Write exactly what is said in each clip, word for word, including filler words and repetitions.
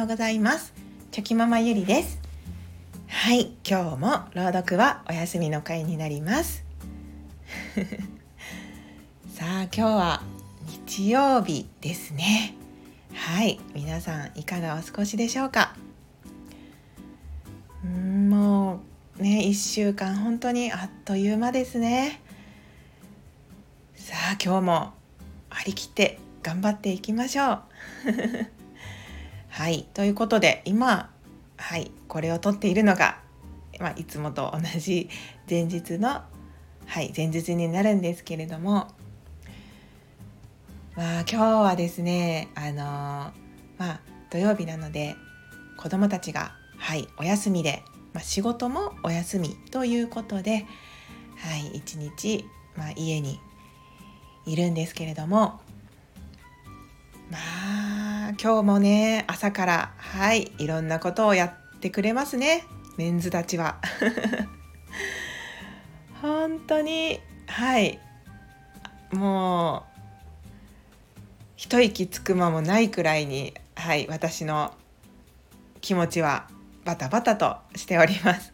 うございます。チョキママゆりです。はい、今日も朗読はお休みの回になりますさあ今日は日曜日ですね。はい、皆さんいかがお過ごしでしょうか。うーんもうねいっしゅうかん本当にあっという間ですね。さあ今日も張り切って頑張っていきましょうはいということで今はいこれを撮っているのが、まあ、いつもと同じ前日のはい前日になるんですけれども、まあ今日はですねあのー、まあ土曜日なので子どもたちがはいお休みで、まあ、仕事もお休みということではい一日、まあ、家にいるんですけれども、まあ今日もね朝からはいいろんなことをやってくれますねメンズたちは本当にはいもう一息つく間もないくらいにはい私の気持ちはバタバタとしております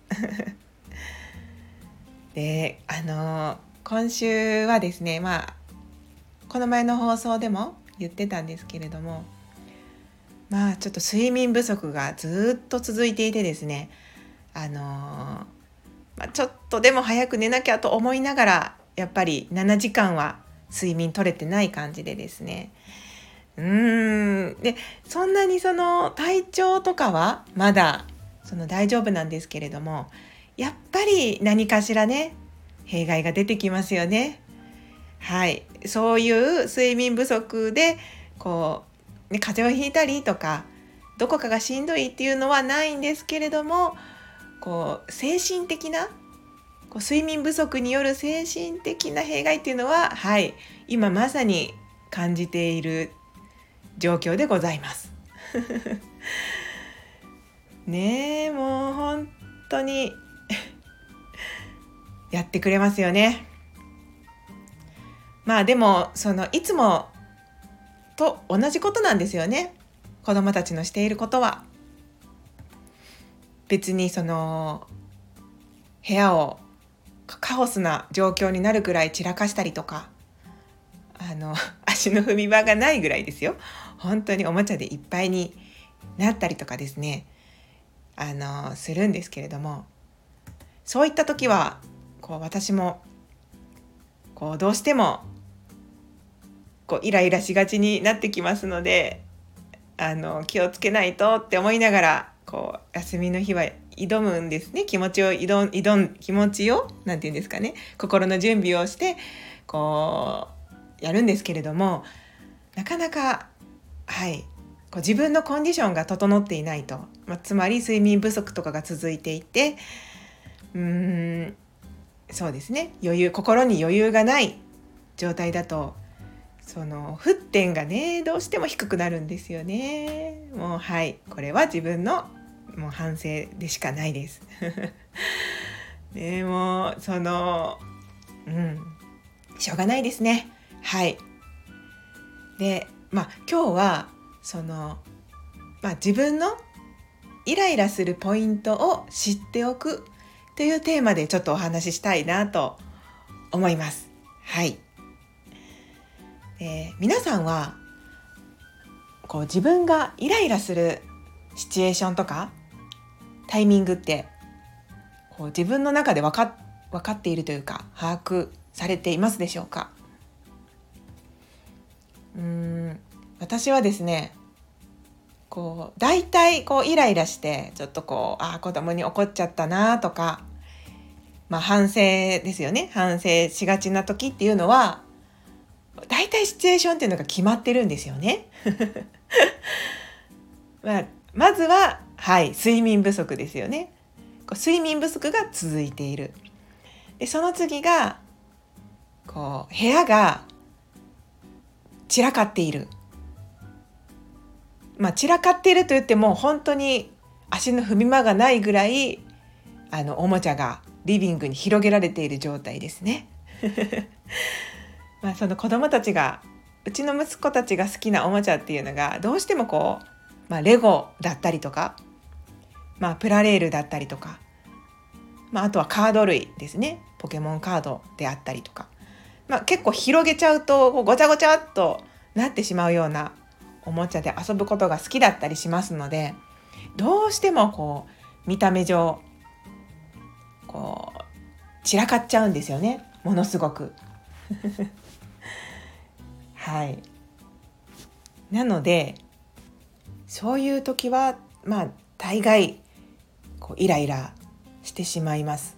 であの今週はですねまあこの前の放送でも言ってたんですけれども、まあちょっと睡眠不足がずっと続いていてですねあのーまあ、ちょっとでも早く寝なきゃと思いながらやっぱりななじかんは睡眠取れてない感じでですねうーんでそんなにその体調とかはまだその大丈夫なんですけれどもやっぱり何かしらね弊害が出てきますよね。はい、そういう睡眠不足でこう、ね、風邪をひいたりとかどこかがしんどいっていうのはないんですけれどもこう精神的なこう睡眠不足による精神的な弊害っていうのは、はい、今まさに感じている状況でございますねえもう本当にやってくれますよね。まあでもそのいつもと同じことなんですよね。子どもたちのしていることは別にその部屋をカオスな状況になるぐらい散らかしたりとかあの足の踏み場がないぐらいですよ。本当におもちゃでいっぱいになったりとかですねあのするんですけれども、そういった時はこう私もこうどうしてもこうイライラしがちになってきますのであの気をつけないとって思いながらこう休みの日は挑むんですね。気持ちを挑ん挑ん気持ちをなんていうんですかね心の準備をしてこうやるんですけれどもなかなかはいこう自分のコンディションが整っていないと、まあ、つまり睡眠不足とかが続いていてうーんそうですね余裕心に余裕がない状態だとその沸点がねどうしても低くなるんですよね。もうはいこれは自分のもう反省でしかないですねもうそのうんしょうがないですね。はいでまあ今日はそのまあ自分のイライラするポイントを知っておくというテーマでちょっとお話ししたいなと思います。はいえー、皆さんはこう自分がイライラするシチュエーションとかタイミングってこう自分の中で分か、分かっているというか把握されていますでしょうか。うーん私はですねこうだいたいこうイライラしてちょっとこうあ子供に怒っちゃったなとか、まあ、反省ですよね反省しがちな時っていうのはだいたいシチュエーションっていうのが決まってるんですよねまあ、まずは、はい、睡眠不足ですよね。こう睡眠不足が続いている。でその次がこう部屋が散らかっている。まあ散らかっていると言っても本当に足の踏み場がないぐらいあのおもちゃがリビングに広げられている状態ですねまあその子供たちがうちの息子たちが好きなおもちゃっていうのがどうしてもこうまあ、レゴだったりとか、まあ、プラレールだったりとか、まあ、あとはカード類ですね。ポケモンカードであったりとか、まあ、結構広げちゃうとこうごちゃごちゃっとなってしまうようなおもちゃで遊ぶことが好きだったりしますので、どうしてもこう見た目上こう散らかっちゃうんですよね、ものすごくはいなのでそういう時はまあ大概こうイライラしてしまいます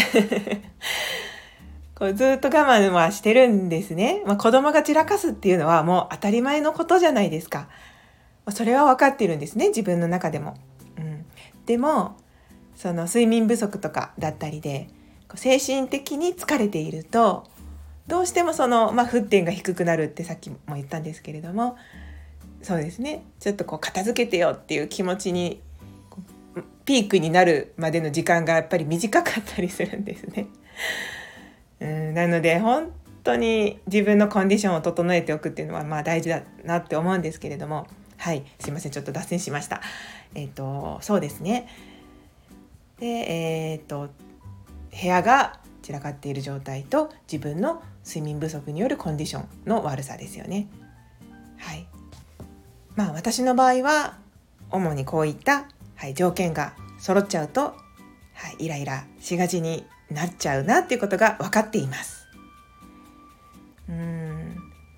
こうずっと我慢はしてるんですね、まあ、子供が散らかすっていうのはもう当たり前のことじゃないですか。それは分かっているんですね、自分の中でも、うん、でもその睡眠不足とかだったりで精神的に疲れているとどうしてもその、まあ、沸点が低くなるってさっきも言ったんですけれども、そうですね、ちょっとこう片付けてよっていう気持ちにピークになるまでの時間がやっぱり短かったりするんですね。うん、なので本当に自分のコンディションを整えておくっていうのはまあ大事だなって思うんですけれども、はい、すいません、ちょっと脱線しました。えっとそうですね。で、えー、っと部屋が散らかっている状態と自分の睡眠不足によるコンディションの悪さですよね。はい。まあ私の場合は主にこういった、はい、条件が揃っちゃうと、はい、イライラしがちになっちゃうなっていうことが分かっています。うーん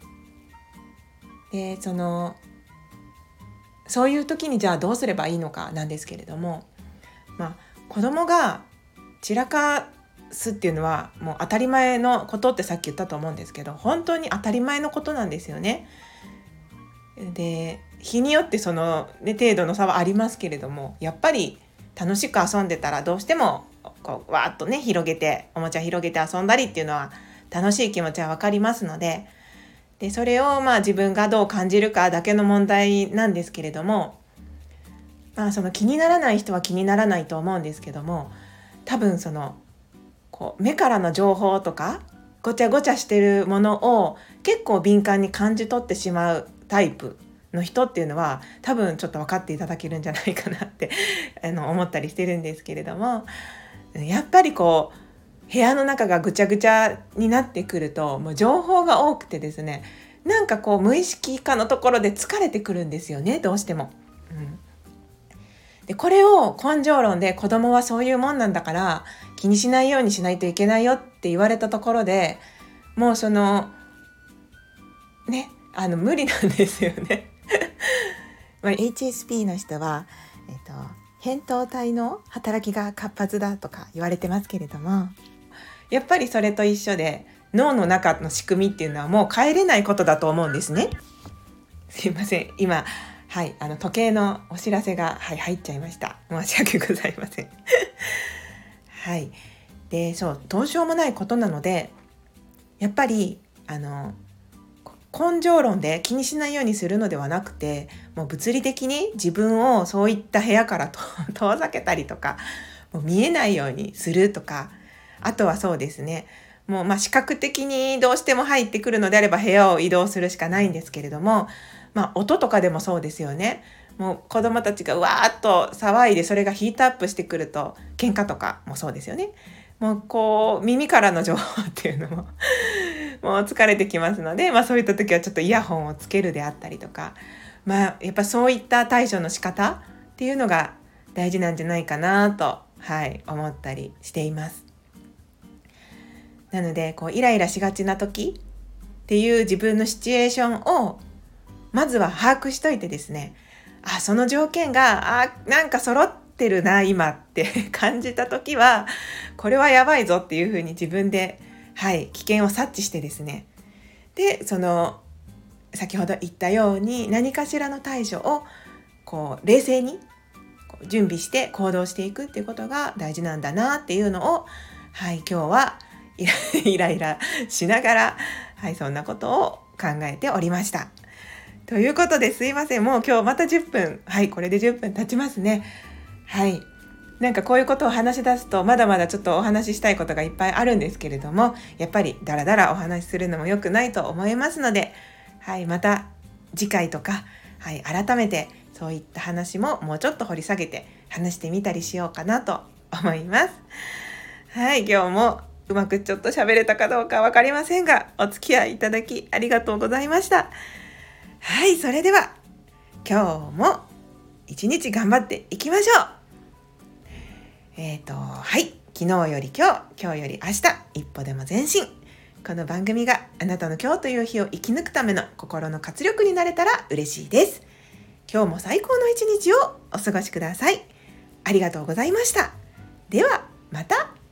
でそのそういう時にじゃあどうすればいいのかなんですけれども、まあ、子供が散らかすっていうのはもう当たり前のことってさっき言ったと思うんですけど、本当に当たり前のことなんですよね。で日によってその、ね、程度の差はありますけれども、やっぱり楽しく遊んでたらどうしてもこうわーっとね広げておもちゃ広げて遊んだりっていうのは楽しい気持ちはわかりますので、でそれをまあ自分がどう感じるかだけの問題なんですけれども、まあその気にならない人は気にならないと思うんですけども、多分そのこう目からの情報とかごちゃごちゃしてるものを結構敏感に感じ取ってしまうタイプの人っていうのは多分ちょっと分かっていただけるんじゃないかなってあの思ったりしてるんですけれども、やっぱりこう部屋の中がぐちゃぐちゃになってくるともう情報が多くてですね、なんかこう無意識化のところで疲れてくるんですよね、どうしても、うん、でこれを根性論で子供はそういうもんなんだから気にしないようにしないといけないよって言われたところでもうそのねあの無理なんですよねまあ、エイチエスピー の人は、えっと、扁桃体の働きが活発だとか言われてますけれども、やっぱりそれと一緒で脳の中の仕組みっていうのはもう変えれないことだと思うんですね。すいません、今、はい、あの時計のお知らせが、はい、入っちゃいました。申し訳ございませんはい、でそうどうしようもないことなので、やっぱりあの根性論で気にしないようにするのではなくて、もう物理的に自分をそういった部屋からと遠ざけたりとか、もう見えないようにするとか、あとはそうですね、もうまあ視覚的にどうしても入ってくるのであれば部屋を移動するしかないんですけれども、まあ音とかでもそうですよね。もう子供たちがわーっと騒いでそれがヒートアップしてくると、喧嘩とかもそうですよね。もうこう耳からの情報っていうのももう疲れてきますので、まあ、そういった時はちょっとイヤホンをつけるであったりとか、まあ、やっぱそういった対処の仕方っていうのが大事なんじゃないかなと、はい、思ったりしています。なのでこうイライラしがちな時っていう自分のシチュエーションをまずは把握しといてですね、あ、その条件があなんか揃ってるな今って感じた時はこれはやばいぞっていうふうに自分で、はい、危険を察知してですね、でその先ほど言ったように何かしらの対処をこう冷静にこう準備して行動していくっていうことが大事なんだなっていうのを、はい、今日はイライラしながら、はい、そんなことを考えておりました。ということですいません、もう今日またじゅっぷん、はい、これでじゅっぷん経ちますね。はい、なんかこういうことを話し出すとまだまだちょっとお話ししたいことがいっぱいあるんですけれども、やっぱりだらだらお話しするのも良くないと思いますので、はい、また次回とか、はい、改めてそういった話ももうちょっと掘り下げて話してみたりしようかなと思います。はい、今日もうまくちょっと喋れたかどうかわかりませんが、お付き合いいただきありがとうございました。はい、それでは今日も一日頑張っていきましょう。えーと、はい、昨日より今日、今日より明日、一歩でも前進。この番組があなたの今日という日を生き抜くための心の活力になれたら嬉しいです。今日も最高の一日をお過ごしください。ありがとうございました。ではまた。